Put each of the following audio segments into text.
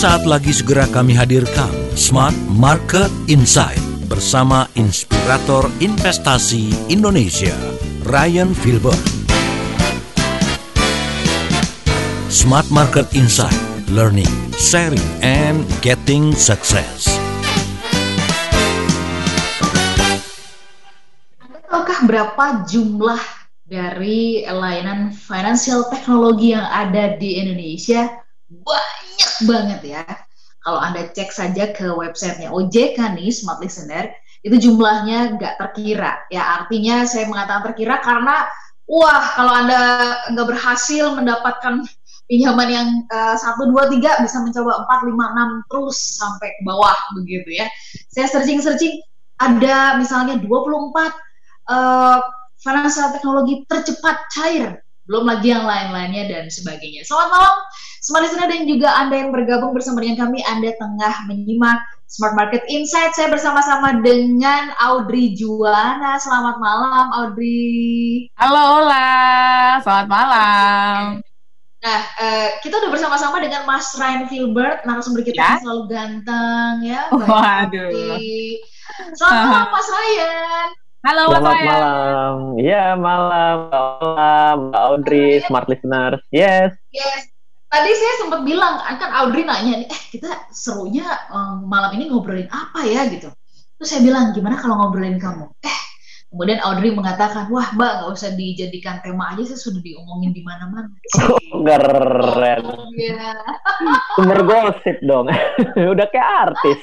Sesaat lagi segera kami hadirkan Smart Market Insight bersama inspirator investasi Indonesia, Ryan Filbert. Smart Market Insight, learning, sharing, and getting success. Tahukah berapa jumlah dari layanan financial teknologi yang ada di Indonesia? Banyak banget ya. Kalau Anda cek saja ke websitenya OJK nih, Smart Listener, itu jumlahnya nggak terkira. Ya, artinya saya mengatakan terkira karena, kalau Anda nggak berhasil mendapatkan pinjaman yang 1, 2, 3, bisa mencoba 4, 5, 6, terus sampai ke bawah begitu ya. Saya searching, ada misalnya 24 financial teknologi tercepat cair, belum lagi yang lain-lainnya dan sebagainya. Selamat malam, Smart Listener, dan juga Anda yang bergabung bersama dengan kami. Anda tengah menyimak Smart Market Insight. Saya bersama-sama dengan Audrey Juwana. Selamat malam, Audrey. Halo, Ola. Selamat malam. Nah, kita udah bersama-sama dengan Mas Ryan Filbert, narasumber kita yang selalu ganteng ya. Waduh. Selamat malam, Mas Ryan. Halo, selamat malam. Iya, malam. Mbak Audrey, Smart Listeners. Yes. Tadi saya sempat bilang, kan Audrey nanya, kita serunya malam ini ngobrolin apa ya gitu. Terus saya bilang, gimana kalau ngobrolin kamu? Kemudian Audrey mengatakan, wah Mbak, nggak usah dijadikan tema aja, saya sudah diomongin di mana-mana. Keren. Iya. Sumber gosip dong. Udah kayak artis.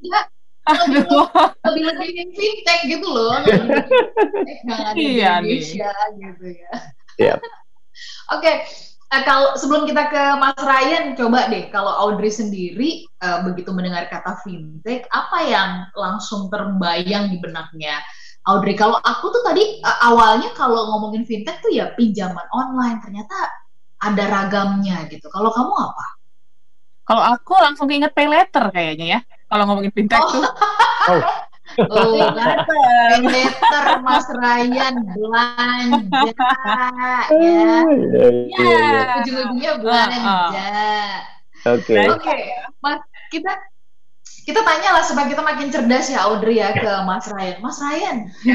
Lebih fintech gitu loh. Nggak ada di Indonesia gitu ya. Yep. Oke. Kalau sebelum kita ke Mas Ryan, coba deh kalau Audrey sendiri begitu mendengar kata fintech, apa yang langsung terbayang di benaknya Audrey? Kalau aku tuh tadi awalnya kalau ngomongin fintech tuh ya pinjaman online, ternyata ada ragamnya gitu. Kalau kamu apa? Kalau aku langsung inget pay letter kayaknya ya. Kalau ngomongin fintech tuh. Pay letter, Mas Ryan, belanja ya. Ujung-ujungnya belanja. Oke. Mas, kita tanyalah supaya kita makin cerdas ya, Audrey ya, ke Mas Ryan. Mas Ryan,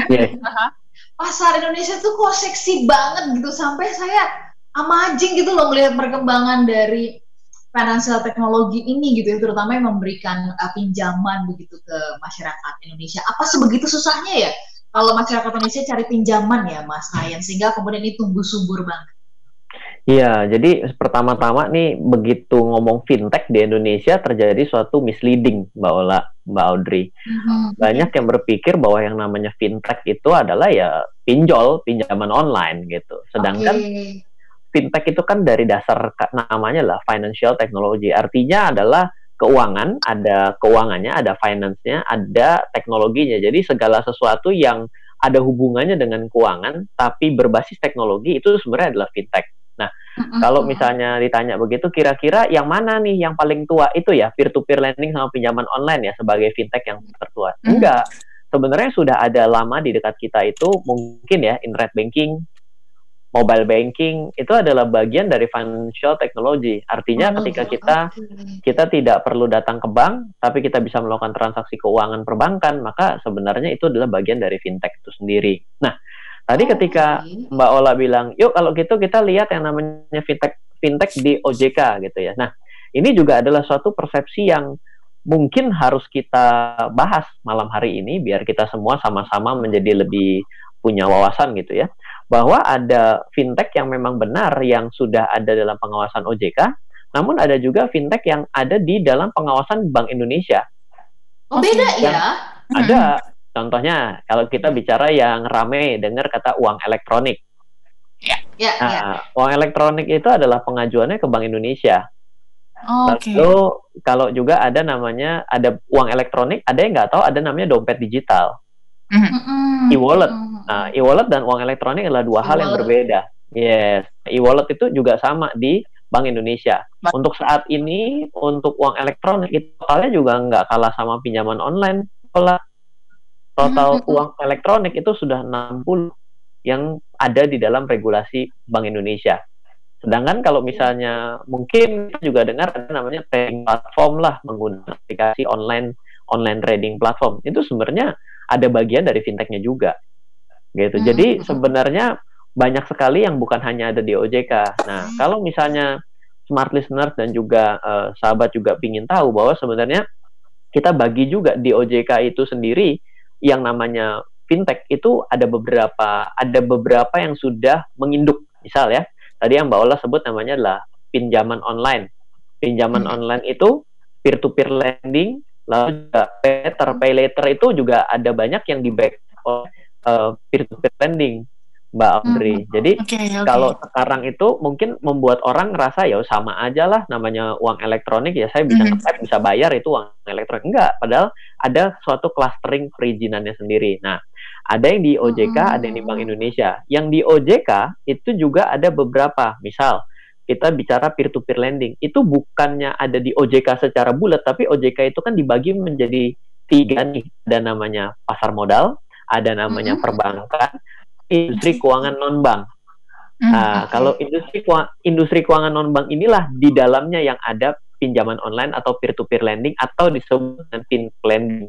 pasar Indonesia tuh kok seksi banget gitu, sampai saya amazing gitu loh melihat perkembangan dari financial teknologi ini gitu ya, terutama yang memberikan pinjaman begitu ke masyarakat Indonesia. Apa sebegitu susahnya ya kalau masyarakat Indonesia cari pinjaman ya, Mas Ryan, sehingga kemudian ini tumbuh subur banget? Iya, jadi pertama-tama nih begitu ngomong fintech di Indonesia terjadi suatu misleading, Mbak Ola, Mbak Audrey. Banyak yang berpikir bahwa yang namanya fintech itu adalah ya pinjaman online gitu. Sedangkan fintech itu kan dari dasar namanya lah financial technology. Artinya adalah keuangan, ada keuangannya, ada finance-nya, ada teknologinya. Jadi segala sesuatu yang ada hubungannya dengan keuangan tapi berbasis teknologi itu sebenarnya adalah fintech. Nah, kalau misalnya ditanya begitu, kira-kira yang mana nih yang paling tua? Itu ya peer-to-peer lending sama pinjaman online ya sebagai fintech yang tertua. Enggak. Sebenarnya sudah ada lama di dekat kita itu, mungkin ya internet banking, mobile banking itu adalah bagian dari financial technology. Artinya ketika kita tidak perlu datang ke bank, tapi kita bisa melakukan transaksi keuangan perbankan, maka sebenarnya itu adalah bagian dari fintech itu sendiri. Nah, tadi ketika Mbak Ola bilang, yuk kalau gitu kita lihat yang namanya fintech di OJK gitu ya. Nah, ini juga adalah suatu persepsi yang mungkin harus kita bahas malam hari ini, biar kita semua sama-sama menjadi lebih punya wawasan gitu ya. Bahwa ada fintech yang memang benar yang sudah ada dalam pengawasan OJK, namun ada juga fintech yang ada di dalam pengawasan Bank Indonesia. Oh, beda ya? Ada. Contohnya, kalau kita bicara yang rame dengar kata uang elektronik. Uang elektronik itu adalah pengajuannya ke Bank Indonesia. Lalu kalau juga ada namanya, ada uang elektronik, ada yang nggak tahu ada namanya dompet digital. E-wallet. Nah, e-wallet dan uang elektronik adalah dua hal yang berbeda. Yes, e-wallet itu juga sama di Bank Indonesia. Untuk saat ini, untuk uang elektronik itu totalnya juga nggak kalah sama pinjaman online. Total uang elektronik itu sudah 60 yang ada di dalam regulasi Bank Indonesia. Sedangkan kalau misalnya mungkin kita juga dengar ada namanya trading platform lah, menggunakan aplikasi online trading platform. Itu sebenarnya ada bagian dari fintechnya juga. Gitu. Jadi sebenarnya banyak sekali yang bukan hanya ada di OJK. Nah, kalau misalnya smart listeners dan juga sahabat juga ingin tahu bahwa sebenarnya kita bagi juga di OJK itu sendiri yang namanya fintech itu ada beberapa yang sudah menginduk. Misal ya, tadi yang Mbak Ola sebut namanya adalah pinjaman online. Pinjaman online itu peer-to-peer lending, lalu juga pay later itu juga ada banyak yang di-back oleh peer-to-peer lending, Mbak Audrey. Jadi kalau sekarang itu mungkin membuat orang ngerasa ya sama aja lah, namanya uang elektronik ya saya bisa nge-tap, bisa bayar, itu uang elektronik. Enggak, padahal ada suatu clustering perizinannya sendiri. Nah, ada yang di OJK, ada yang di Bank Indonesia. Yang di OJK itu juga ada beberapa. Misal kita bicara peer-to-peer lending, itu bukannya ada di OJK secara bulat, tapi OJK itu kan dibagi menjadi 3 nih. Ada namanya pasar modal, ada namanya perbankan, industri keuangan non-bank. Nah, kalau industri keuangan non-bank inilah di dalamnya yang ada pinjaman online atau peer-to-peer lending atau disebut dengan fintech lending.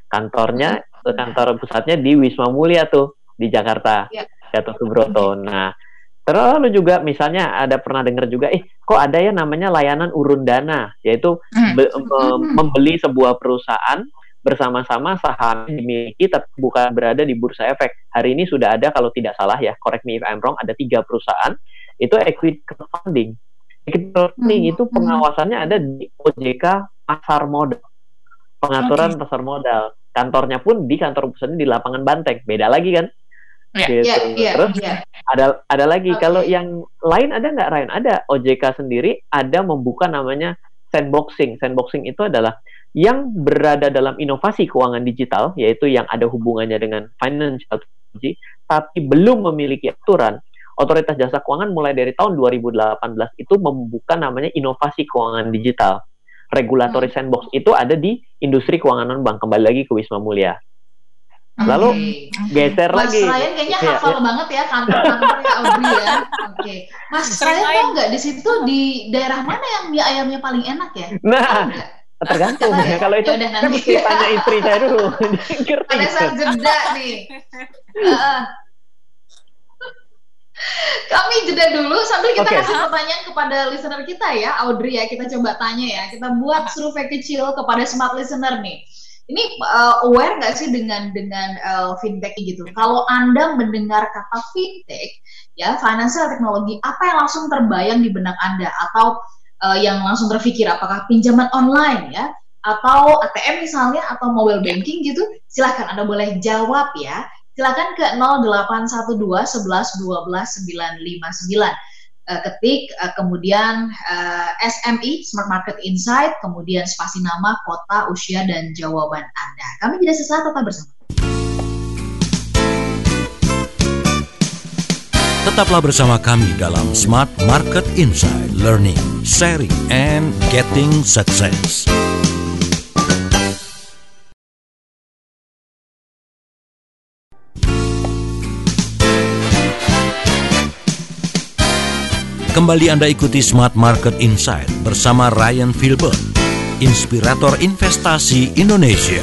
Kantor pusatnya di Wisma Mulia tuh di Jakarta, Gatot Subroto. Nah, terus juga misalnya ada pernah dengar juga, kok ada ya namanya layanan urun dana, yaitu membeli sebuah perusahaan bersama-sama saham dimiliki tapi bukan berada di bursa efek. Hari ini sudah ada, kalau tidak salah ya, correct me if I'm wrong, ada 3 perusahaan itu equity crowdfunding. Equity crowdfunding itu pengawasannya ada di OJK pasar modal, pengaturan pasar modal. Kantornya pun di kantor pusatnya di lapangan Banteng, beda lagi kan? Terus ada lagi. Kalau yang lain ada nggak, Ryan? Ada. OJK sendiri ada membuka namanya sandboxing. Sandboxing itu adalah yang berada dalam inovasi keuangan digital, yaitu yang ada hubungannya dengan financial technology, tapi belum memiliki aturan. Otoritas Jasa Keuangan mulai dari tahun 2018 itu membuka namanya inovasi keuangan digital. Regulatory sandbox itu ada di industri keuangan non-bank. Kembali lagi ke Wisma Mulia. Lalu geser Mas lagi. Mas Ryan kayaknya hafal banget ya kantor-kantornya Audrey ya. Mas Ryan tahu nggak di situ di daerah mana yang mie ayamnya paling enak ya? Nah, tergantung ya. Kalau itu kan mesti tanya istri saya dulu. Pada saat jeda nih. Kami jeda dulu sambil kita kasih pertanyaan kepada listener kita ya, Audrey ya. Kita coba tanya ya. Kita buat survei kecil kepada smart listener nih. Ini aware nggak sih dengan fintech gitu? Kalau Anda mendengar kata fintech, ya financial technology, apa yang langsung terbayang di benak Anda? Atau yang langsung terpikir, apakah pinjaman online ya? Atau ATM misalnya, atau mobile banking gitu? Silahkan Anda boleh jawab ya. Silakan ke 0812 11 12 959. Ketik kemudian SMI Smart Market Insight, kemudian spasi nama, kota, usia, dan jawaban Anda. Kami tidak sesaat, tetap bersama. Tetaplah bersama kami dalam Smart Market Insight, Learning, Sharing, and Getting Success. Kembali Anda ikuti Smart Market Insight bersama Ryan Filbert, inspirator investasi Indonesia.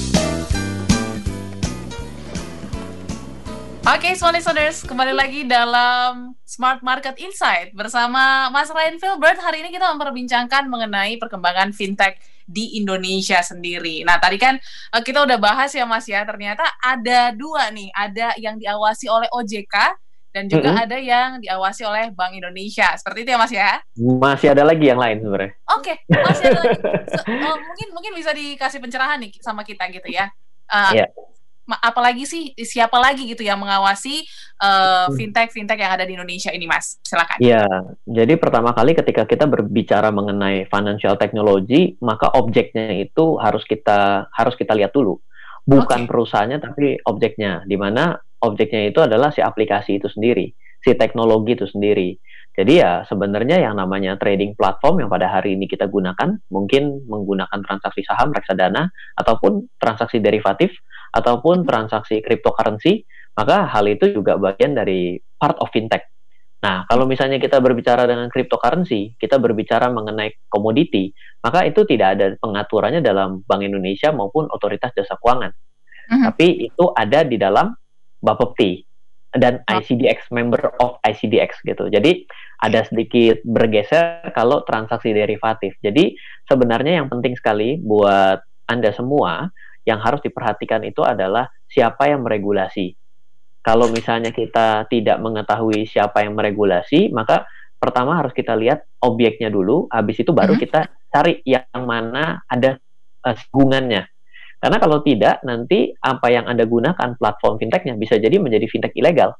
Oke, smart listeners, kembali lagi dalam Smart Market Insight bersama Mas Ryan Filbert. Hari ini kita memperbincangkan mengenai perkembangan fintech di Indonesia sendiri. Nah, tadi kan kita udah bahas ya Mas ya, ternyata ada 2 nih, ada yang diawasi oleh OJK dan juga ada yang diawasi oleh Bank Indonesia. Seperti itu ya Mas ya? Masih ada lagi yang lain sebenarnya. Oke, masih ada lagi. Mungkin bisa dikasih pencerahan nih sama kita gitu ya. Apalagi sih, siapa lagi gitu yang mengawasi fintech yang ada di Indonesia ini Mas? Silakan. Iya, jadi pertama kali ketika kita berbicara mengenai financial technology, maka objeknya itu harus kita lihat dulu. Bukan perusahaannya tapi objeknya, di mana objeknya itu adalah si aplikasi itu sendiri, si teknologi itu sendiri. Jadi ya sebenarnya yang namanya trading platform yang pada hari ini kita gunakan, mungkin menggunakan transaksi saham, reksadana, ataupun transaksi derivatif, ataupun transaksi cryptocurrency, maka hal itu juga bagian dari part of fintech. Nah, kalau misalnya kita berbicara dengan cryptocurrency, kita berbicara mengenai komoditi, maka itu tidak ada pengaturannya dalam Bank Indonesia maupun Otoritas Jasa Keuangan. Tapi itu ada di dalam Bapepti dan ICDX, member of ICDX gitu. Jadi ada sedikit bergeser kalau transaksi derivatif. Jadi sebenarnya yang penting sekali buat Anda semua yang harus diperhatikan itu adalah siapa yang meregulasi. Kalau misalnya kita tidak mengetahui siapa yang meregulasi, maka pertama harus kita lihat objeknya dulu, habis itu baru kita cari yang mana ada hubungannya. Karena kalau tidak, nanti apa yang Anda gunakan platform fintechnya bisa jadi menjadi fintech ilegal.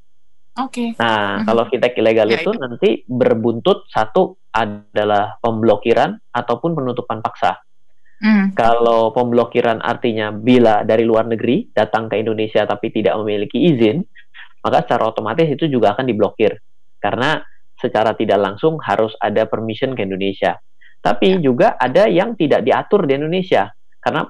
Nah, kalau fintech ilegal itu nanti berbuntut, satu adalah pemblokiran ataupun penutupan paksa. Kalau pemblokiran artinya bila dari luar negeri datang ke Indonesia tapi tidak memiliki izin, maka secara otomatis itu juga akan diblokir. Karena secara tidak langsung harus ada permission ke Indonesia. Tapi juga ada yang tidak diatur di Indonesia karena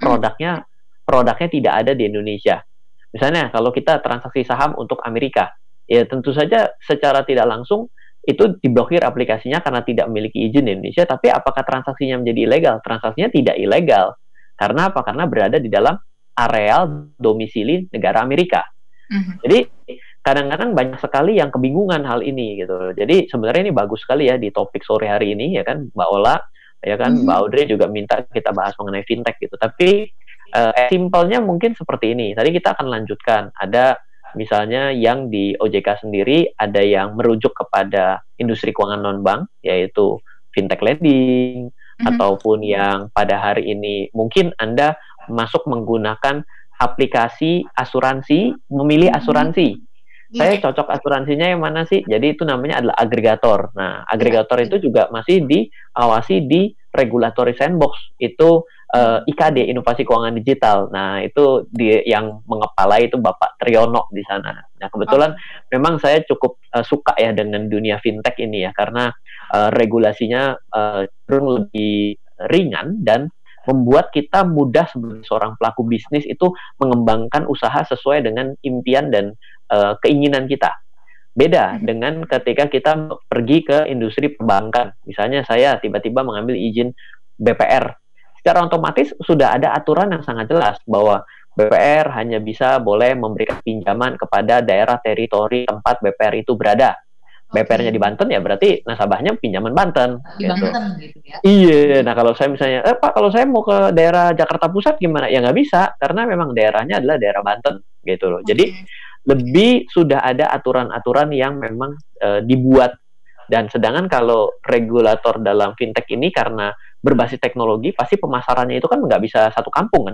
produknya tidak ada di Indonesia. Misalnya kalau kita transaksi saham untuk Amerika, ya tentu saja secara tidak langsung itu diblokir aplikasinya karena tidak memiliki izin di Indonesia, tapi apakah transaksinya menjadi ilegal? Transaksinya tidak ilegal. Karena apa? Karena berada di dalam areal domisili negara Amerika. Jadi kadang-kadang banyak sekali yang kebingungan hal ini gitu. Jadi sebenarnya ini bagus sekali ya di topik sore hari ini ya kan, Mbak Ola, ya kan, Mbak Audrey juga minta kita bahas mengenai fintech gitu. Tapi simpelnya mungkin seperti ini. Tadi kita akan lanjutkan. Ada misalnya yang di OJK sendiri ada yang merujuk kepada industri keuangan non-bank, yaitu fintech lending, ataupun yang pada hari ini mungkin Anda masuk menggunakan aplikasi asuransi, memilih asuransi. Saya cocok asuransinya yang mana sih? Jadi itu namanya adalah agregator. Nah, agregator itu juga masih diawasi di regulatory sandbox. Itu IKD, Inovasi Keuangan Digital. Nah, itu yang mengepalai itu Bapak Triyono di sana. Nah, kebetulan memang saya cukup suka ya dengan dunia fintech ini ya, karena regulasinya cenderung lebih ringan dan membuat kita mudah sebagai seorang pelaku bisnis itu mengembangkan usaha sesuai dengan impian dan keinginan kita. Beda dengan ketika kita pergi ke industri perbankan. Misalnya saya tiba-tiba mengambil izin BPR. Secara otomatis sudah ada aturan yang sangat jelas bahwa BPR hanya bisa boleh memberikan pinjaman kepada daerah teritori tempat BPR itu berada. BPR-nya di Banten ya berarti nasabahnya pinjaman Banten. Di Banten gitu ya. Iya, nah kalau saya misalnya, Pak kalau saya mau ke daerah Jakarta Pusat gimana? Ya nggak bisa, karena memang daerahnya adalah daerah Banten gitu loh. Jadi lebih sudah ada aturan-aturan yang memang dibuat. Dan sedangkan kalau regulator dalam fintech ini karena berbasis teknologi, pasti pemasarannya itu kan nggak bisa satu kampung kan.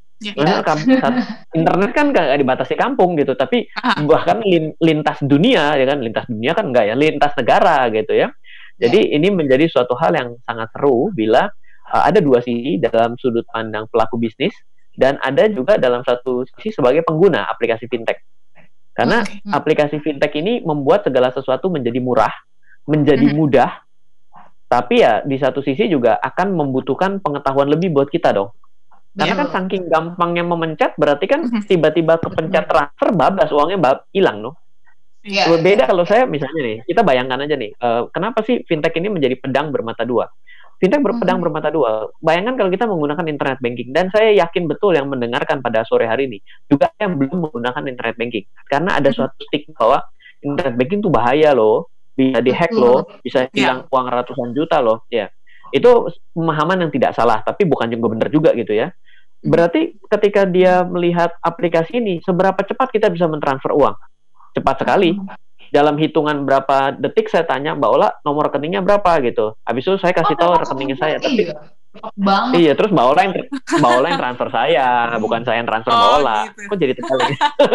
Internet kan nggak dibatasi kampung gitu, tapi bahkan lintas dunia ya kan, lintas dunia kan nggak ya, lintas negara gitu ya. Jadi ini menjadi suatu hal yang sangat seru bila ada dua sisi dalam sudut pandang pelaku bisnis dan ada juga dalam satu sisi sebagai pengguna aplikasi fintech. Karena aplikasi fintech ini membuat segala sesuatu menjadi murah, menjadi mudah, tapi ya di satu sisi juga akan membutuhkan pengetahuan lebih buat kita dong. Karena kan saking gampangnya memencet, berarti kan tiba-tiba kepencet transfer, bablas, uangnya hilang loh. Beda kalau saya misalnya nih, kita bayangkan aja nih, kenapa sih fintech ini menjadi pedang bermata dua? Fintech berpedang bermata dua. Bayangkan kalau kita menggunakan internet banking, dan saya yakin betul yang mendengarkan pada sore hari ini juga yang belum menggunakan internet banking, karena ada suatu stigma bahwa internet banking tuh bahaya loh, bisa dihack loh, bisa hilang uang ratusan juta loh, ya. Itu pemahaman yang tidak salah, tapi bukan juga benar juga gitu ya. Berarti ketika dia melihat aplikasi ini, seberapa cepat kita bisa mentransfer uang? Cepat sekali. Dalam hitungan berapa detik saya tanya, Mbak Ola nomor rekeningnya berapa gitu. Habis itu saya kasih tahu rekeningnya saya. Tapi iya, terus Mbak Ola yang transfer saya, bukan saya yang transfer Mbak Ola. Gitu. Kok jadi terbalik?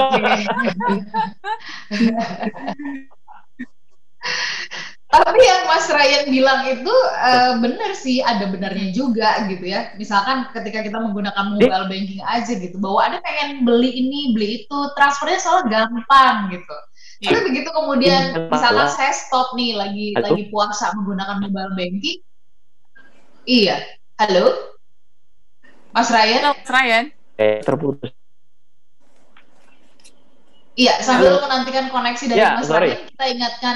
Tapi yang Mas Ryan bilang itu benar sih, ada benarnya juga gitu ya. Misalkan ketika kita menggunakan mobile banking aja gitu, bahwa ada pengen beli ini, beli itu, transfernya soalnya gampang gitu. Tapi begitu kemudian misalkan saya stop nih lagi puasa menggunakan mobile banking. Iya. Halo? Mas Ryan? Halo, Mas Ryan. Terputus. Iya, sambil menantikan koneksi dari Mas Ryan, kita ingatkan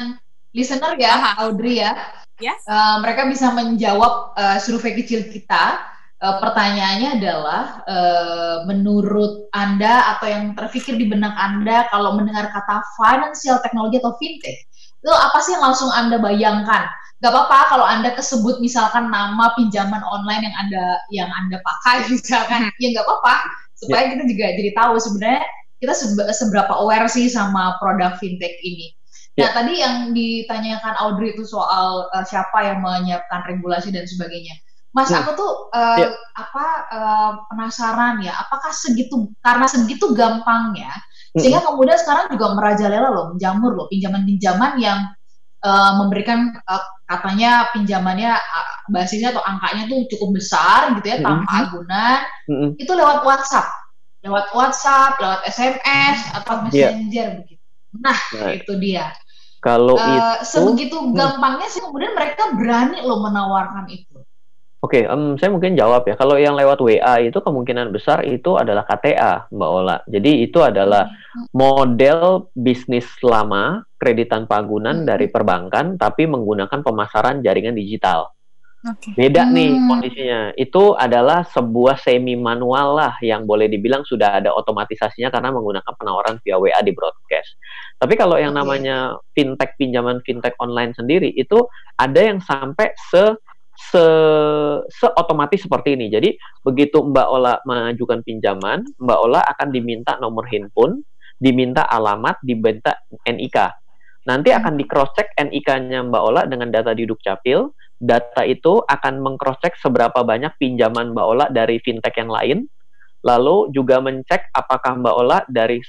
listener ya, Audrey ya. Yes. Mereka bisa menjawab survei kecil kita. Pertanyaannya adalah menurut Anda atau yang terfikir di benak Anda kalau mendengar kata financial technology atau fintech, itu apa sih yang langsung Anda bayangkan? Gak apa-apa kalau Anda kesebut misalkan nama pinjaman online yang Anda pakai misalkan, ya gak apa-apa, supaya kita juga jadi tahu sebenarnya kita seberapa aware sih sama produk fintech ini. Nah, tadi yang ditanyakan Audrey itu soal siapa yang menyiapkan regulasi dan sebagainya. Mas, aku tuh penasaran ya, apakah karena segitu gampangnya, sehingga kemudian sekarang juga merajalela loh, menjamur loh, pinjaman-pinjaman yang memberikan katanya pinjamannya basisnya atau angkanya tuh cukup besar gitu ya, tanpa agunan, itu lewat WhatsApp, lewat SMS atau Messenger begitu. Nah, itu dia. Kalau itu sebegitu gampangnya sih kemudian mereka berani loh menawarkan itu. Oke, saya mungkin jawab ya. Kalau yang lewat WA itu kemungkinan besar itu adalah KTA, Mbak Ola. Jadi itu adalah model bisnis lama, kredit tanpa agunan dari perbankan, tapi menggunakan pemasaran jaringan digital. Beda nih kondisinya. Itu adalah sebuah semi manual lah yang boleh dibilang sudah ada otomatisasinya karena menggunakan penawaran via WA di broadcast. Tapi kalau yang namanya fintech, pinjaman fintech online sendiri, itu ada yang sampai otomatis seperti ini. Jadi begitu Mbak Ola mengajukan pinjaman, Mbak Ola akan diminta nomor handphone, diminta alamat, diminta NIK. Nanti akan di cross check NIK-nya Mbak Ola dengan data di Dukcapil. Data itu akan meng-cross check seberapa banyak pinjaman Mbak Ola dari fintech yang lain. Lalu juga mencek apakah Mbak Ola dari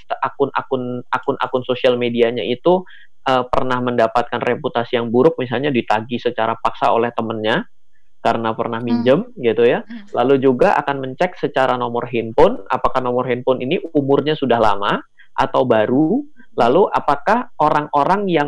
akun-akun sosial medianya itu pernah mendapatkan reputasi yang buruk, misalnya ditagih secara paksa oleh temennya karena pernah minjem gitu ya. Lalu juga akan mencek secara nomor handphone, apakah nomor handphone ini umurnya sudah lama atau baru. Lalu apakah orang-orang yang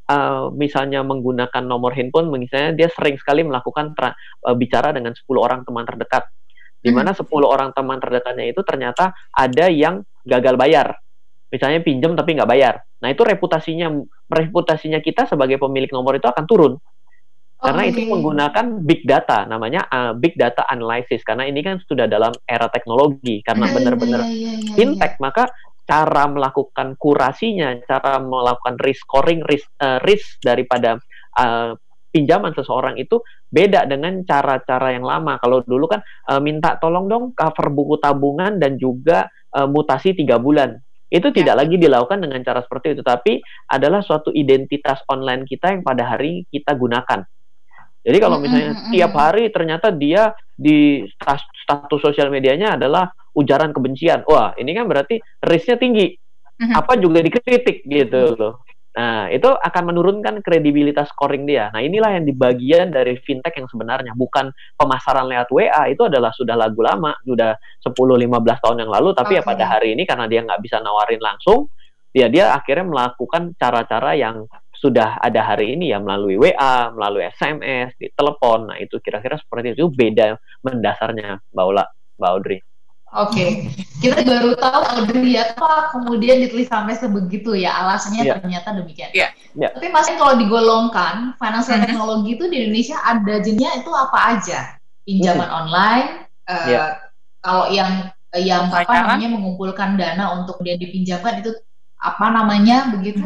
misalnya menggunakan nomor handphone, misalnya dia sering sekali melakukan bicara dengan 10 orang teman terdekat, di mana 10 orang teman terdekatnya itu ternyata ada yang gagal bayar, misalnya pinjam tapi nggak bayar. Nah itu reputasinya kita sebagai pemilik nomor itu akan turun. Karena itu menggunakan big data, namanya big data analysis. Karena ini kan sudah dalam era teknologi, karena benar-benar fintech, maka cara melakukan kurasinya, cara melakukan risk scoring, risk daripada pinjaman seseorang itu beda dengan cara-cara yang lama. Kalau dulu kan minta tolong dong cover buku tabungan dan juga mutasi 3 bulan. Itu tidak lagi dilakukan dengan cara seperti itu, tapi adalah suatu identitas online kita yang pada hari kita gunakan. Jadi kalau misalnya tiap hari ternyata dia di status sosial medianya adalah ujaran kebencian, wah ini kan berarti risknya tinggi, apa juga dikritik gitu loh. Nah itu akan menurunkan kredibilitas scoring dia. Nah inilah yang di bagian dari fintech yang sebenarnya, bukan pemasaran lewat WA. Itu adalah sudah lagu lama, sudah 10-15 tahun yang lalu, tapi ya pada hari ini karena dia nggak bisa nawarin langsung, dia akhirnya melakukan cara-cara yang sudah ada hari ini ya, melalui WA, melalui SMS, di telepon. Nah itu kira-kira seperti itu, beda mendasarnya Mbak Audrey. Oke, kita baru tahu Audrey apa kemudian ditulis sampai sebegitu ya, alasannya ternyata demikian. Tapi masih kalau digolongkan financial teknologi itu di Indonesia ada jenisnya itu apa aja? Pinjaman online, kalau yang apa namanya mengumpulkan dana untuk dia dipinjamkan itu apa namanya begitu?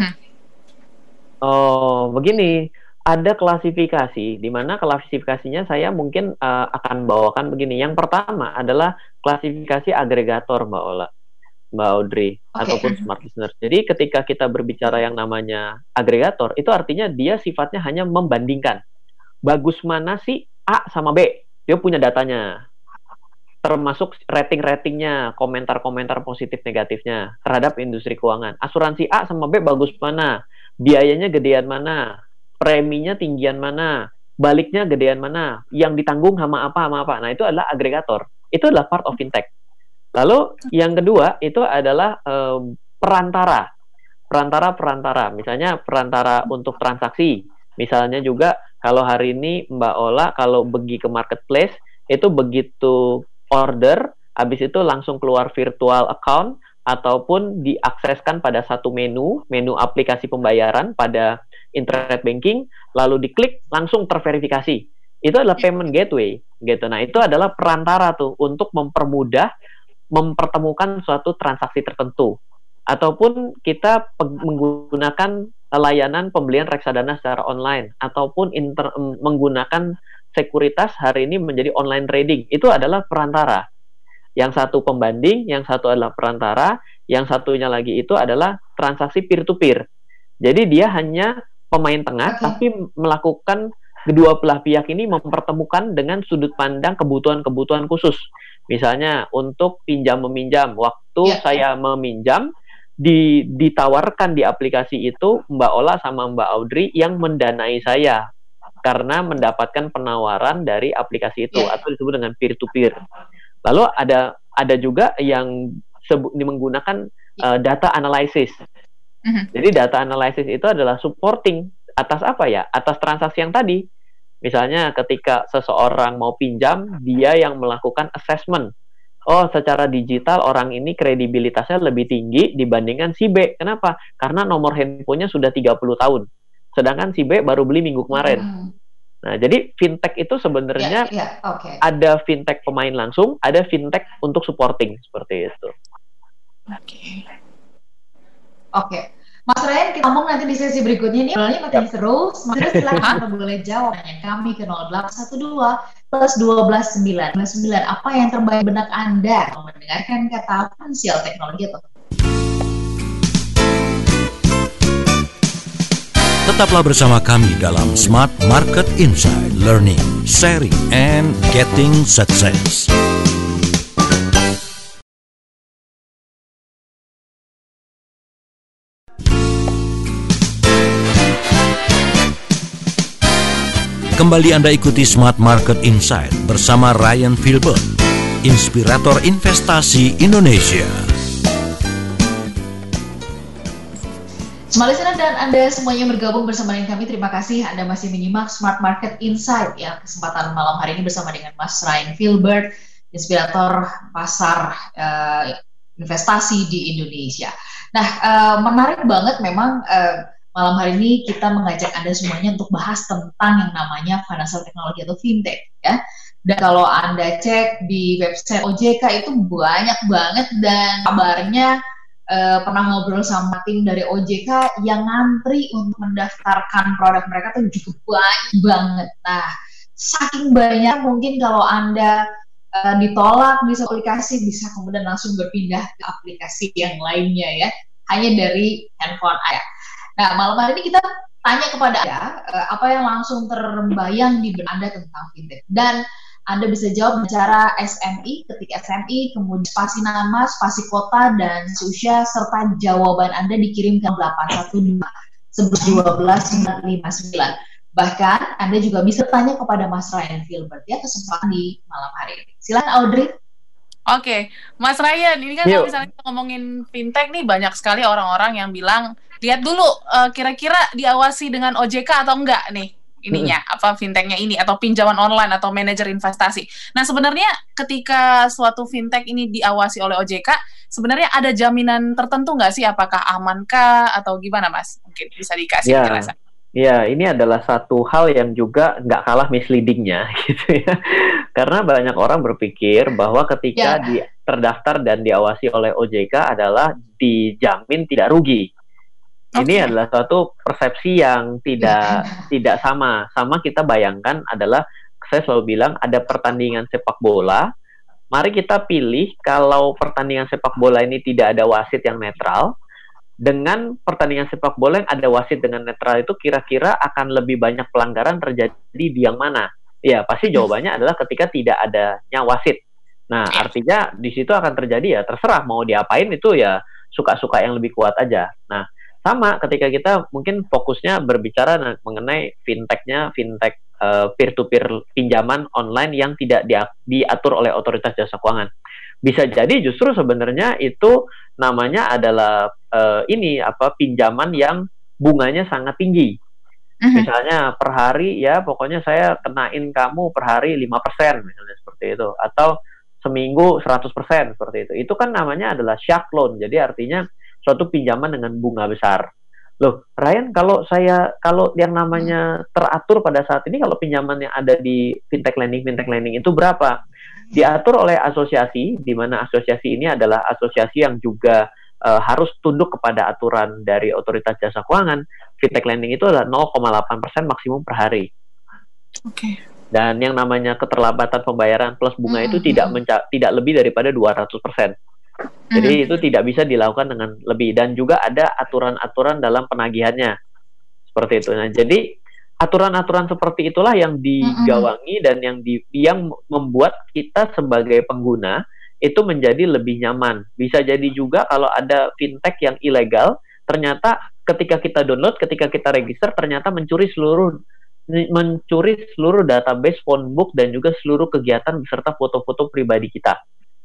Oh, begini, ada klasifikasi, di mana klasifikasinya saya mungkin akan bawakan begini. Yang pertama adalah klasifikasi agregator, Mbak Ola, Mbak Audrey, ataupun smart listener. Jadi ketika kita berbicara yang namanya agregator, itu artinya dia sifatnya hanya membandingkan. Bagus mana sih A sama B? Dia punya datanya. Termasuk rating-ratingnya, komentar-komentar positif negatifnya terhadap industri keuangan. Asuransi A sama B bagus mana? Biayanya gedean mana, preminya tinggian mana, baliknya gedean mana, yang ditanggung sama apa. Nah itu adalah agregator, itu adalah part of fintech. Lalu yang kedua itu adalah perantara, misalnya perantara untuk transaksi. Misalnya juga kalau hari ini Mbak Ola kalau pergi ke marketplace itu begitu order, habis itu langsung keluar virtual account ataupun diakseskan pada satu menu aplikasi pembayaran pada internet banking, lalu diklik langsung terverifikasi. Itu adalah payment gateway gitu. Nah, itu adalah perantara tuh untuk mempermudah mempertemukan suatu transaksi tertentu. Ataupun kita menggunakan layanan pembelian reksadana secara online, ataupun menggunakan sekuritas hari ini menjadi online trading. Itu adalah perantara. Yang satu pembanding, yang satu adalah perantara, yang satunya lagi itu adalah transaksi peer-to-peer. Jadi dia hanya pemain tengah, tapi melakukan kedua belah pihak ini mempertemukan dengan sudut pandang kebutuhan-kebutuhan khusus. Misalnya untuk pinjam-meminjam, waktu saya meminjam, ditawarkan di aplikasi itu Mbak Ola sama Mbak Audrey yang mendanai saya karena mendapatkan penawaran dari aplikasi itu atau disebut dengan peer-to-peer. Lalu ada juga yang menggunakan data analysis. Jadi data analysis itu adalah supporting atas apa ya? Atas transaksi yang tadi. Misalnya ketika seseorang mau pinjam, dia yang melakukan assessment. Oh, secara digital orang ini kredibilitasnya lebih tinggi dibandingkan si B. Kenapa? Karena nomor handphonenya sudah 30 tahun. Sedangkan si B baru beli minggu kemarin. Nah, jadi fintech itu sebenarnya ada fintech pemain langsung, ada fintech untuk supporting, seperti itu. Oke. Mas Ryan, kita ngomong nanti di sesi berikutnya nih. Soalnya makin seru. Mas Ryan silahkan boleh jawab kami ke 0812 plus 12 9 apa yang terbaik benak Anda mendengarkan kata finansial teknologi itu. Tetaplah bersama kami dalam Smart Market Insight, Learning, Sharing, and Getting Success. Kembali Anda ikuti Smart Market Insight bersama Ryan Filbert, inspirator investasi Indonesia. Smart listener dan Anda semuanya bergabung bersama dengan kami. Terima kasih Anda masih menyimak Smart Market Insight ya, kesempatan malam hari ini bersama dengan Mas Ryan Filbert, inspirator pasar investasi di Indonesia. Nah, menarik banget memang malam hari ini kita mengajak Anda semuanya untuk bahas tentang yang namanya financial technology atau fintech ya. Dan kalau Anda cek di website OJK itu banyak banget, dan kabarnya pernah ngobrol sama tim dari OJK yang ngantri untuk mendaftarkan produk mereka tuh cukup banyak banget. Nah, saking banyak mungkin kalau Anda ditolak di satu aplikasi bisa kemudian langsung berpindah ke aplikasi yang lainnya ya, hanya dari handphone Anda. Nah, malam hari ini kita tanya kepada Anda apa yang langsung terbayang di benak Anda tentang fintech. Dan Anda bisa jawab dengan cara SMI, ketik SMI, kemudian spasi nama, spasi kota, dan usia, serta jawaban Anda dikirim ke 812 11 12 959. Bahkan Anda juga bisa tanya kepada Mas Ryan Filbert ya, kesempatan di malam hari ini. Silakan Audrey. Oke, Mas Ryan, ini kan kalau misalnya kita ngomongin fintech nih, banyak sekali orang-orang yang bilang, lihat dulu kira-kira diawasi dengan OJK atau enggak nih ininya, apa fintechnya ini, atau pinjaman online atau manajer investasi. Nah, sebenarnya ketika suatu fintech ini diawasi oleh OJK, sebenarnya ada jaminan tertentu nggak sih? Apakah amankah atau gimana, Mas? Mungkin bisa dikasih penjelasan. Ya, ini adalah satu hal yang juga nggak kalah misleadingnya, gitu ya. Karena banyak orang berpikir bahwa ketika terdaftar dan diawasi oleh OJK adalah dijamin tidak rugi. Ini adalah suatu persepsi yang tidak sama. Sama kita bayangkan adalah, saya selalu bilang ada pertandingan sepak bola. Mari kita pilih kalau pertandingan sepak bola ini tidak ada wasit yang netral. Dengan pertandingan sepak bola yang ada wasit dengan netral itu kira-kira akan lebih banyak pelanggaran terjadi di yang mana? Ya, pasti jawabannya adalah ketika tidak adanya wasit. Nah, artinya di situ akan terjadi ya terserah mau diapain, itu ya suka-suka yang lebih kuat aja. Nah, sama ketika kita mungkin fokusnya berbicara mengenai fintech peer-to-peer pinjaman online yang tidak diatur oleh otoritas jasa keuangan. Bisa jadi justru sebenarnya itu namanya adalah pinjaman yang bunganya sangat tinggi. Misalnya per hari ya pokoknya saya kenain kamu per hari 5% misalnya seperti itu, atau seminggu 100% seperti itu. Itu kan namanya adalah shark loan. Jadi artinya suatu pinjaman dengan bunga besar. Loh, Ryan, kalau yang namanya teratur pada saat ini, kalau pinjaman yang ada di fintech lending itu berapa? Diatur oleh asosiasi, di mana asosiasi ini adalah asosiasi yang juga harus tunduk kepada aturan dari Otoritas Jasa Keuangan. Fintech lending itu adalah 0,8% maksimum per hari. Oke. Dan yang namanya keterlambatan pembayaran plus bunga itu tidak lebih daripada 200%. Jadi itu tidak bisa dilakukan dengan lebih, dan juga ada aturan-aturan dalam penagihannya seperti itu. Nah, jadi aturan-aturan seperti itulah yang digawangi dan yang membuat kita sebagai pengguna itu menjadi lebih nyaman. Bisa jadi juga kalau ada fintech yang ilegal, ternyata ketika kita download, ketika kita register, ternyata mencuri seluruh database phone book dan juga seluruh kegiatan beserta foto-foto pribadi kita.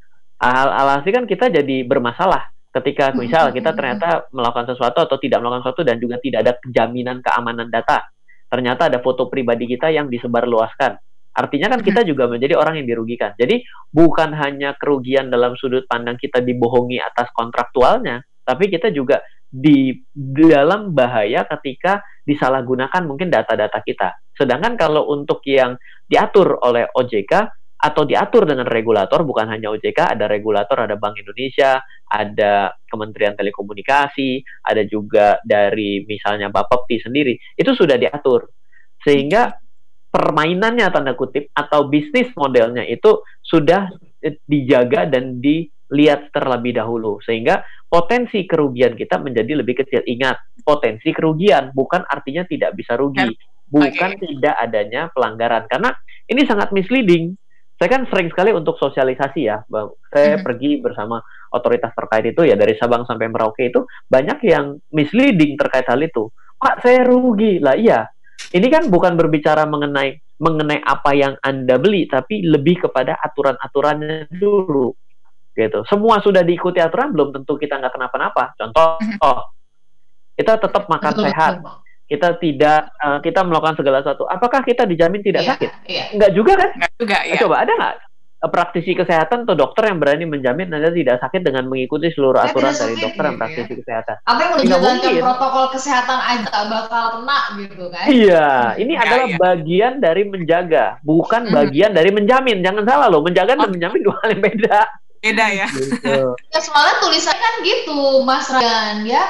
Alhasil kan kita jadi bermasalah ketika misal kita ternyata melakukan sesuatu atau tidak melakukan sesuatu dan juga tidak ada jaminan keamanan data. Ternyata ada foto pribadi kita yang disebarluaskan. Artinya kan kita juga menjadi orang yang dirugikan. Jadi bukan hanya kerugian dalam sudut pandang kita dibohongi atas kontraktualnya, tapi kita juga di dalam bahaya ketika disalahgunakan mungkin data-data kita. Sedangkan kalau untuk yang diatur oleh OJK atau diatur dengan regulator, bukan hanya OJK, ada regulator, ada Bank Indonesia, ada Kementerian Telekomunikasi, ada juga dari misalnya Bapepti sendiri, itu sudah diatur. Sehingga permainannya tanda kutip atau bisnis modelnya itu sudah dijaga dan dilihat terlebih dahulu, sehingga potensi kerugian kita menjadi lebih kecil. Ingat, potensi kerugian bukan artinya tidak bisa rugi, bukan tidak adanya pelanggaran, karena ini sangat misleading. Saya kan sering sekali untuk sosialisasi ya, Bang. Saya pergi bersama otoritas terkait itu ya, dari Sabang sampai Merauke itu banyak yang misleading terkait hal itu. Pak, saya rugi. Lah iya, ini kan bukan berbicara mengenai apa yang Anda beli, tapi lebih kepada aturan-aturannya dulu. Gitu. Semua sudah diikuti aturan, belum tentu kita nggak kenapa-napa. Contoh, kita tetap makan sehat. Kita tidak kita melakukan segala sesuatu. Apakah kita dijamin tidak sakit? Enggak juga kan? Enggak juga, ya. Coba ada nggak praktisi kesehatan atau dokter yang berani menjamin Anda tidak sakit dengan mengikuti seluruh aturan dari dokter dan praktisi kesehatan? Apa yang menjalankan protokol kesehatan aja bakal kena gitu kan? Iya, ini adalah bagian dari menjaga, bukan bagian dari menjamin. Jangan salah loh, menjaga dan menjamin dua hal yang beda. Beda ya. Gitu. Ya soalnya tulisannya kan gitu, Mas Ryan ya.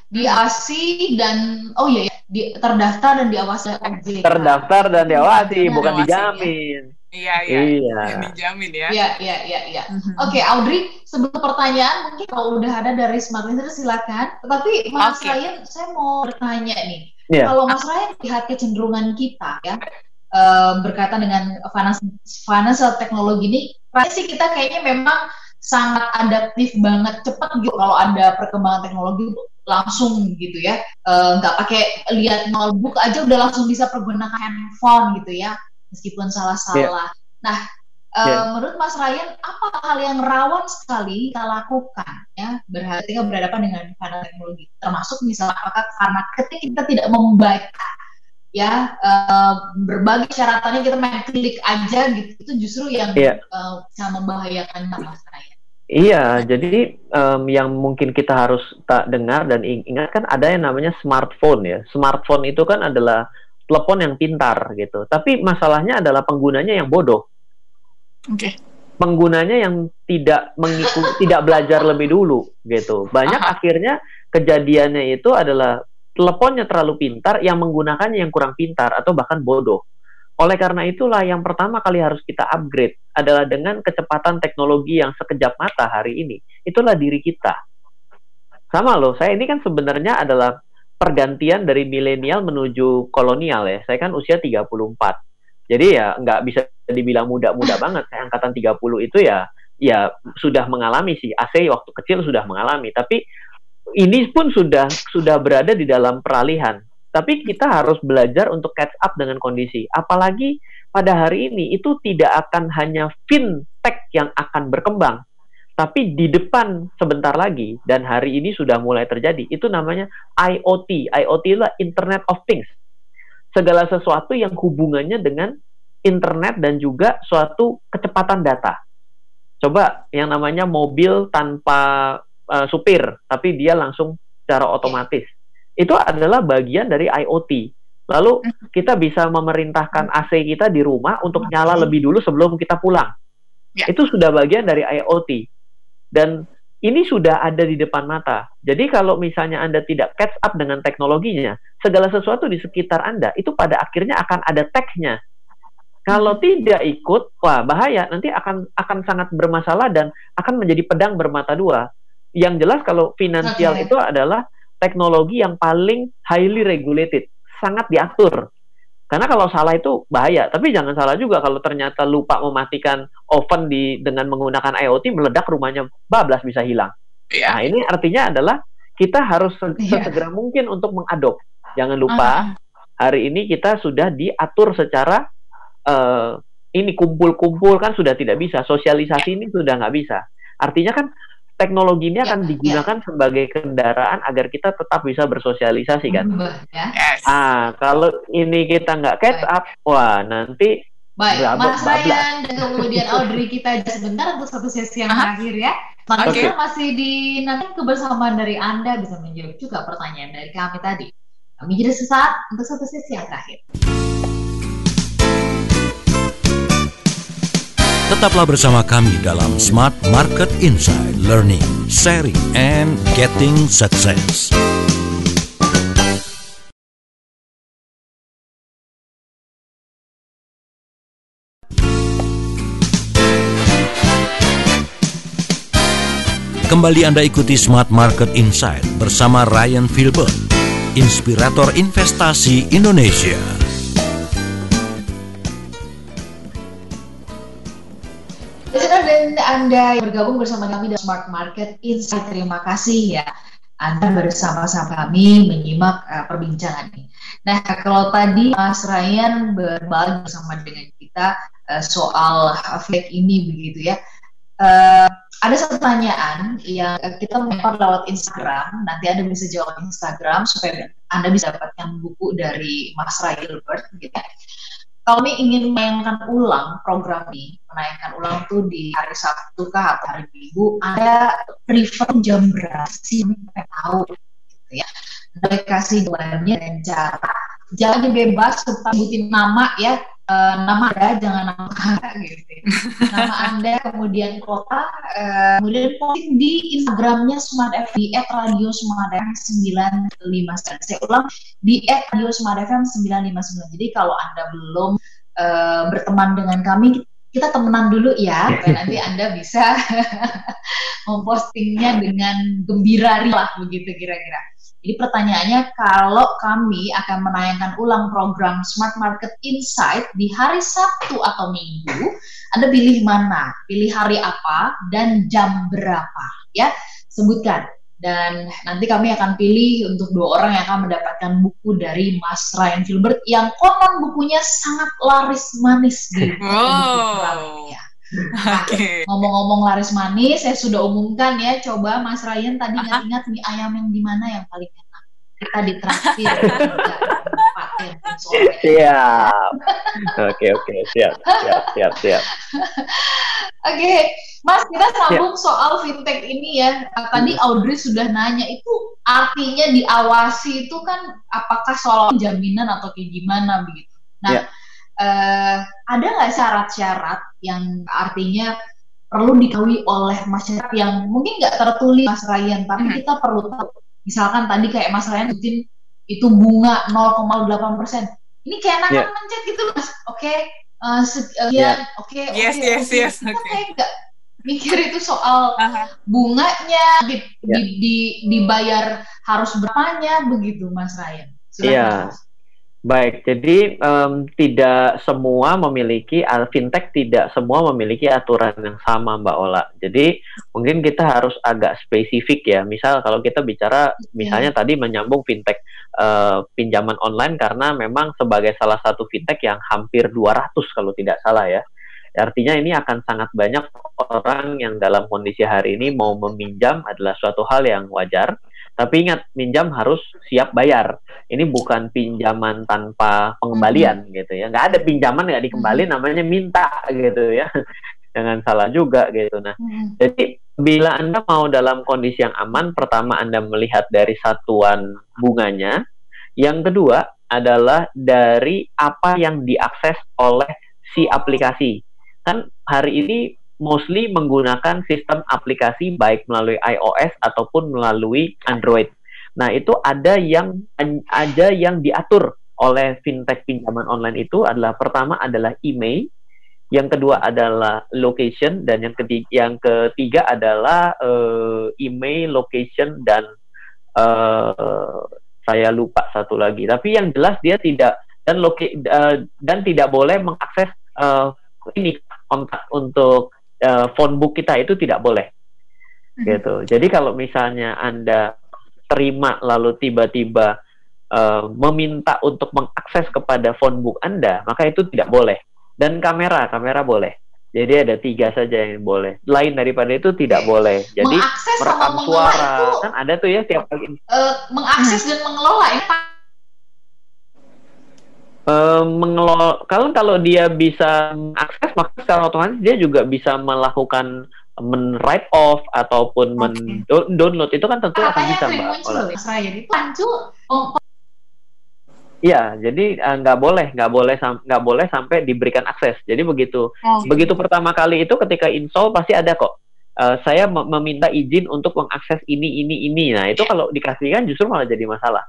Diawasi dan terdaftar dan diawasi OJK. Terdaftar dan diawasi, bukan dijamin. Iya. Dijamin ya. Iya. Oke, Audrey, sebelum pertanyaan mungkin kalau udah ada dari Smart Listener silakan. Tetapi Mas Ryan, saya mau bertanya nih. Kalau Mas Ryan lihat kecenderungan kita ya berkaitan dengan financial technology ini, sih kita kayaknya memang sangat adaptif banget, cepat gitu kalau ada perkembangan teknologi langsung gitu ya, nggak pakai lihat notebook aja udah langsung bisa pergunakan handphone gitu ya, meskipun salah-salah. Nah, menurut Mas Ryan, apa hal yang rawan sekali kita lakukan ya ketika berhadapan dengan financial teknologi, termasuk misalnya apakah karena ketika kita tidak membaca ya berbagai syaratannya kita main klik aja gitu, itu justru yang bisa membahayakan Mas Ryan. Iya, jadi yang mungkin kita harus tak dengar dan ingat kan ada yang namanya smartphone ya. Smartphone itu kan adalah telepon yang pintar gitu. Tapi masalahnya adalah penggunanya yang bodoh. Oke. Penggunanya yang tidak mengikuti, tidak belajar lebih dulu gitu. Banyak akhirnya kejadiannya itu adalah teleponnya terlalu pintar, yang menggunakannya yang kurang pintar atau bahkan bodoh. Oleh karena itulah yang pertama kali harus kita upgrade adalah dengan kecepatan teknologi yang sekejap mata hari ini. Itulah diri kita. Sama loh, saya ini kan sebenarnya adalah pergantian dari milenial menuju kolonial ya. Saya kan usia 34. Jadi ya nggak bisa dibilang muda-muda banget. Saya angkatan 30 itu ya sudah mengalami sih. AC waktu kecil sudah mengalami. Tapi ini pun sudah berada di dalam peralihan. Tapi kita harus belajar untuk catch up dengan kondisi. Apalagi pada hari ini itu tidak akan hanya fintech yang akan berkembang, tapi di depan sebentar lagi, dan hari ini sudah mulai terjadi, itu namanya IoT. IoT adalah Internet of Things. Segala sesuatu yang hubungannya dengan internet dan juga suatu kecepatan data. Coba yang namanya mobil tanpa supir, tapi dia langsung secara otomatis. itu adalah bagian dari IoT. Lalu kita bisa memerintahkan AC kita di rumah untuk nyala lebih dulu sebelum kita pulang. Itu sudah bagian dari IoT. Dan ini sudah ada di depan mata. Jadi kalau misalnya Anda tidak catch up dengan teknologinya, segala sesuatu di sekitar Anda itu pada akhirnya akan ada tag-nya. Kalau tidak ikut, wah bahaya. Nanti akan sangat bermasalah dan akan menjadi pedang bermata dua. Yang jelas kalau finansial itu adalah teknologi yang paling highly regulated, sangat diatur. Karena kalau salah itu bahaya. Tapi jangan salah juga kalau ternyata lupa mematikan oven dengan menggunakan IoT, meledak rumahnya bablas bisa hilang. Nah ini artinya adalah kita harus sesegera mungkin untuk mengadop. Jangan lupa hari ini kita sudah diatur secara ini kumpul-kumpul kan sudah tidak bisa. Sosialisasi ini sudah nggak bisa. Artinya kan teknologi ini akan digunakan sebagai kendaraan agar kita tetap bisa bersosialisasi kan. Kalau ini kita nggak catch up, wah nanti Mas Ryan dan kemudian Audrey kita sebentar untuk satu sesi yang terakhir ya. Makanya masih dinanti kebersamaan dari Anda bisa menjawab juga pertanyaan dari kami tadi. Kami jeda sesaat untuk satu sesi yang terakhir. Tetaplah bersama kami dalam Smart Market Insight, Learning, Sharing, and Getting Success. Kembali Anda ikuti Smart Market Insight bersama Ryan Filbert, Inspirator Investasi Indonesia. Dan Anda yang bergabung bersama kami di Smart Market Insight, terima kasih ya Anda bersama-sama kami menyimak perbincangan ini. Nah, kalau tadi Mas Ryan berbagi bersama dengan kita soal fake ini begitu ya, ada satu pertanyaan yang kita melempar lewat Instagram. Nanti Anda bisa jawab Instagram supaya Anda bisa dapatkan buku dari Mas Ryan Filbert gitu ya. Kalau ini ingin menayangkan ulang program ini, menayangkan ulang tuh di hari Sabtu kah atau hari Minggu, Anda prefer jam berapa sih? Saya tahu, gitu ya. Anda kasih jawabannya dan cara. Jangan bebas, tetap sebutin nama ya, nama Anda, jangan nama gitu. Nama Anda, kemudian kota, kemudian posting di Instagramnya Smart FM di @radio_smart_fm 959. Saya ulang di @radio_smart_fm 959. Jadi kalau Anda belum berteman dengan kami, kita temenan dulu ya, supaya nanti Anda bisa mempostingnya dengan gembira lah begitu kira-kira. Jadi pertanyaannya, kalau kami akan menayangkan ulang program Smart Market Insight di hari Sabtu atau Minggu, Anda pilih mana? Pilih hari apa dan jam berapa? Ya, sebutkan. Dan nanti kami akan pilih untuk 2 orang yang akan mendapatkan buku dari Mas Ryan Filbert yang konon bukunya sangat laris manis di buku ya. Ngomong-ngomong laris manis, saya sudah umumkan ya. Coba Mas Ryan tadi ingat-ingat mie ayam yang di mana yang paling enak? Kita ditraktir. Siap. Oke, siap. Oke, Mas, kita sambung soal fintech ini ya. Tadi Audrey sudah nanya, itu artinya diawasi itu kan apakah soal jaminan atau kayak gimana begitu. Nah, ada nggak syarat-syarat yang artinya perlu diketahui oleh masyarakat yang mungkin nggak tertulis Mas Ryan, tapi kita perlu tahu. Misalkan tadi kayak Mas Ryan sebutin itu bunga 0,8%. Ini kayak anak mencet gitu Mas. Oke. Yes. Kita kayak nggak mikir itu soal bunganya dibayar harus berapanya begitu Mas Ryan. Iya. Baik, jadi tidak semua memiliki fintech, tidak semua memiliki aturan yang sama, Mbak Ola. Jadi mungkin kita harus agak spesifik ya. Misal kalau kita bicara, misalnya tadi menyambung fintech pinjaman online, karena memang sebagai salah satu fintech yang hampir 200 kalau tidak salah ya. Artinya ini akan sangat banyak orang yang dalam kondisi hari ini mau meminjam adalah suatu hal yang wajar. Tapi ingat, minjam harus siap bayar. Ini bukan pinjaman tanpa pengembalian gitu ya. Nggak ada pinjaman nggak dikembali, namanya minta gitu ya. Jangan salah juga gitu. Nah, jadi Bila Anda mau dalam kondisi yang aman, pertama Anda melihat dari satuan bunganya. Yang kedua adalah dari apa yang diakses oleh si aplikasi. Kan hari ini mostly menggunakan sistem aplikasi baik melalui iOS ataupun melalui Android. Nah, itu ada yang diatur oleh fintech pinjaman online itu adalah pertama adalah email, yang kedua adalah location, dan yang ketiga adalah email, location, dan saya lupa satu lagi. Tapi yang jelas dia tidak dan tidak boleh mengakses ini kontak untuk phone book kita, itu tidak boleh. Gitu. Jadi kalau misalnya Anda terima lalu tiba-tiba meminta untuk mengakses kepada phone book Anda, maka itu tidak boleh. Dan kamera boleh. Jadi ada 3 saja yang boleh. Lain daripada itu tidak boleh. Jadi mengakses merekam sama suara itu, kan ada tuh ya tiap kali. Mengakses dan mengelola ini mengelola, kalau dia bisa mengakses, maka secara otomatis dia juga bisa melakukan write off ataupun download, itu kan tentu akan bisa, Mbak. Saya itu muncul. Iya, jadi nggak boleh sampai diberikan akses. Jadi begitu pertama kali itu ketika install pasti ada kok. Saya meminta izin untuk mengakses ini. Nah itu kalau dikasihkan justru malah jadi masalah.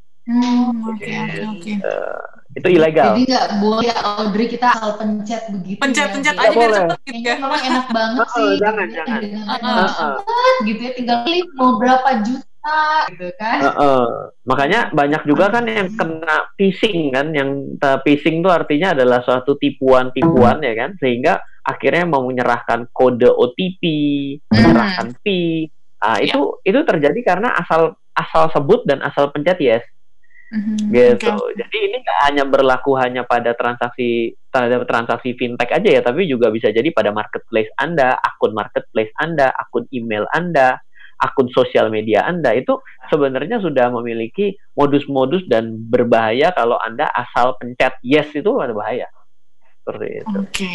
Oke. Itu ilegal. Jadi nggak boleh ya, Audrey, kita asal pencet begitu. Pencet ya, aja biar cepet gitu ya. Memang enak banget Oh, sih. jangan. Gitu ya, tinggal klik mau berapa juta gitu kan. Makanya banyak juga kan yang kena phishing kan, yang phishing itu artinya adalah suatu tipuan ya kan, sehingga akhirnya mau menyerahkan kode OTP, menyerahkan PIN. Itu terjadi karena asal sebut dan asal pencet yes. Gitu. Jadi ini nggak hanya berlaku pada transaksi fintech aja ya, tapi juga bisa jadi pada marketplace Anda, akun marketplace Anda, akun email Anda, akun sosial media Anda. Itu sebenarnya sudah memiliki modus-modus dan berbahaya kalau Anda asal pencet yes, itu ada bahaya. Seperti itu. Oke.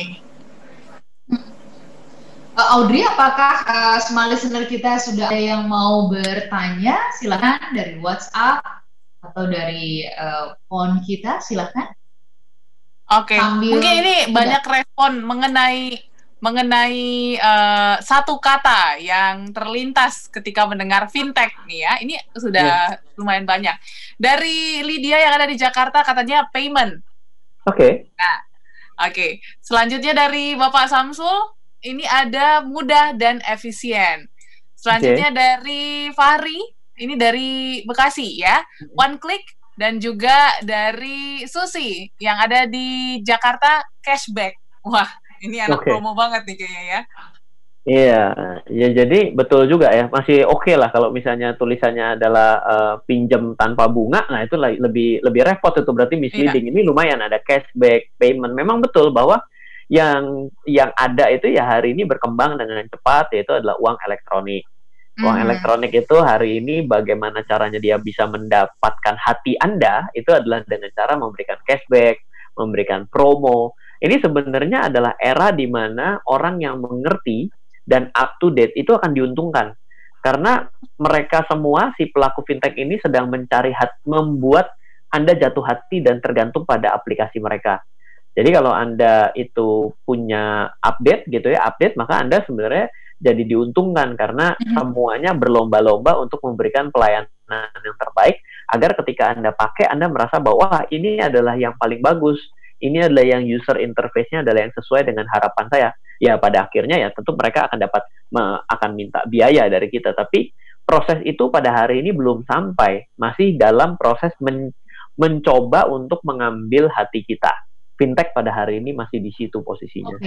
Audrey, apakah semua listener kita sudah ada yang mau bertanya? Silakan dari WhatsApp atau dari phone kita, silakan. Oke. Mungkin ini banyak respon mengenai satu kata yang terlintas ketika mendengar fintech nih ya. Ini sudah lumayan banyak. Dari Lydia yang ada di Jakarta katanya payment. Oke. Nah, oke. Selanjutnya dari Bapak Samsul, ini ada mudah dan efisien. Selanjutnya dari Fahri, ini dari Bekasi ya. One click. Dan juga dari Susi yang ada di Jakarta, cashback. Wah, ini anak promo banget nih kayaknya ya. Iya, ya jadi betul juga ya. Masih oke lah kalau misalnya tulisannya adalah pinjam tanpa bunga. Nah itu lebih repot, itu berarti misleading. Ini lumayan ada cashback, payment. Memang betul bahwa yang ada itu ya hari ini berkembang dengan cepat, yaitu adalah uang elektronik. Uang elektronik itu hari ini bagaimana caranya dia bisa mendapatkan hati Anda, itu adalah dengan cara memberikan cashback, memberikan promo. Ini sebenarnya adalah era di mana orang yang mengerti dan up to date itu akan diuntungkan. Karena mereka semua, si pelaku fintech ini sedang membuat Anda jatuh hati dan tergantung pada aplikasi mereka. Jadi kalau Anda itu punya update gitu ya, maka Anda sebenarnya jadi diuntungkan karena semuanya berlomba-lomba untuk memberikan pelayanan yang terbaik agar ketika Anda pakai, Anda merasa bahwa ini adalah yang paling bagus, ini adalah yang user interface-nya adalah yang sesuai dengan harapan saya. Ya pada akhirnya ya tentu mereka akan minta biaya dari kita, tapi proses itu pada hari ini belum sampai, masih dalam proses mencoba untuk mengambil hati kita. Fintech pada hari ini masih di situ posisinya.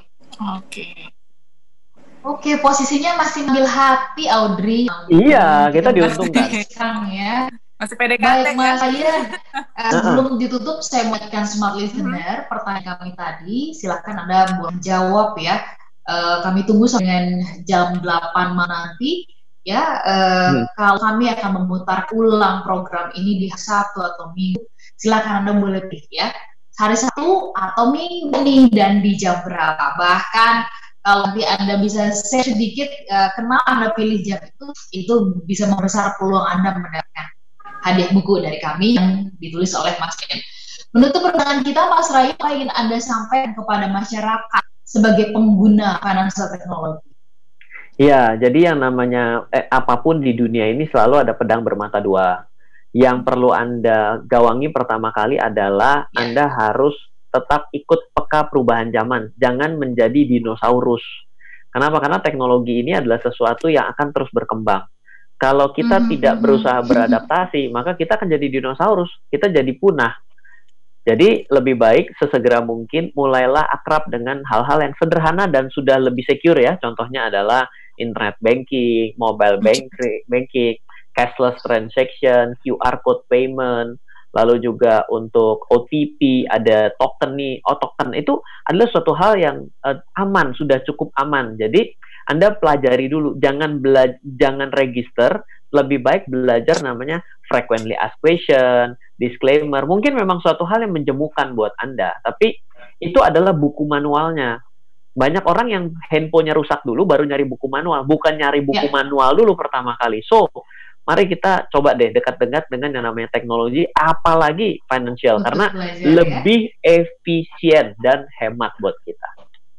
Oke, posisinya masih ambil hati, Audrey. Iya, kita diuntungkan. Sekarang ya. Masih PDKT. Baik, Mas Ayan. Sebelum ditutup, saya mengingatkan smart listener pertanyaan kami tadi. Silakan Anda buat jawab ya. Kami tunggu sampai dengan jam 8 nanti. Ya, kalau kami akan memutar ulang program ini di Sabtu atau Minggu. Silakan Anda boleh pilih ya. Hari Sabtu atau Minggu nih, dan di jam berapa. Bahkan kalau nanti Anda bisa share sedikit kenapa Anda pilih jam itu bisa membesar peluang Anda mendapatkan hadiah buku dari kami yang ditulis oleh Mas Ryan. Menutup pertemuan kita, Mas Ryan, apa ingin Anda sampaikan kepada masyarakat sebagai pengguna financial technology? Ya, jadi yang namanya apapun di dunia ini selalu ada pedang bermata dua. Yang perlu Anda gawangi pertama kali adalah Anda harus tetap ikut peka perubahan zaman. Jangan menjadi dinosaurus. Kenapa? Karena teknologi ini adalah sesuatu yang akan terus berkembang. Kalau kita tidak berusaha beradaptasi, maka kita akan jadi dinosaurus. Kita jadi punah. Jadi lebih baik sesegera mungkin mulailah akrab dengan hal-hal yang sederhana dan sudah lebih secure ya. Contohnya adalah internet banking, mobile banking, cashless transaction, QR code payment, lalu juga untuk OTP, ada token nih. Token itu adalah suatu hal yang aman, sudah cukup aman. Jadi Anda pelajari dulu, jangan register, lebih baik belajar namanya frequently asked question, disclaimer. Mungkin memang suatu hal yang menjemukan buat Anda, tapi itu adalah buku manualnya. Banyak orang yang handphonenya rusak dulu baru nyari buku manual, bukan nyari buku manual dulu pertama kali. So, mari kita coba deh dekat-dekat dengan yang namanya teknologi, apalagi financial, karena lebih efisien dan hemat buat kita.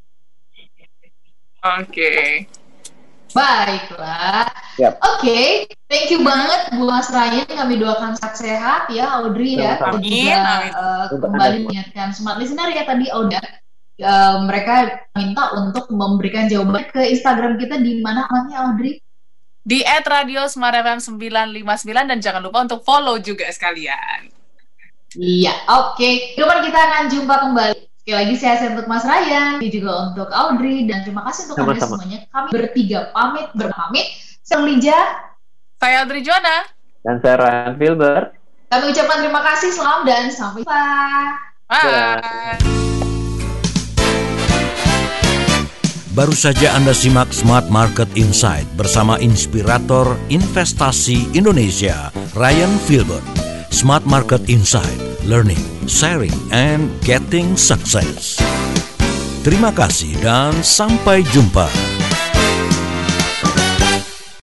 Oke. Baiklah. Oke, thank you banget Bu Mas Ryan. Kami doakan sehat ya, Audrey ya. Amin. Kembali mengingatkan smart listener ya tadi Audrey. Mereka minta untuk memberikan jawaban ke Instagram kita di mana alamatnya Audrey? Di @radiosmartfm959 dan jangan lupa untuk follow juga sekalian. Iya, oke. Kemudian kita akan jumpa kembali. Sekali lagi saya untuk Mas Ryan, juga untuk Audrey, dan terima kasih untuk Anda semuanya. Kami bertiga pamit. Saya Lija, saya Audrey Joanna, dan saya Ryan Filbert. Kami ucapkan terima kasih, salam, dan sampai jumpa. Bye. Baru saja Anda simak Smart Market Insight bersama inspirator investasi Indonesia, Ryan Filbert. Smart Market Insight, learning, sharing, and getting success. Terima kasih dan sampai jumpa.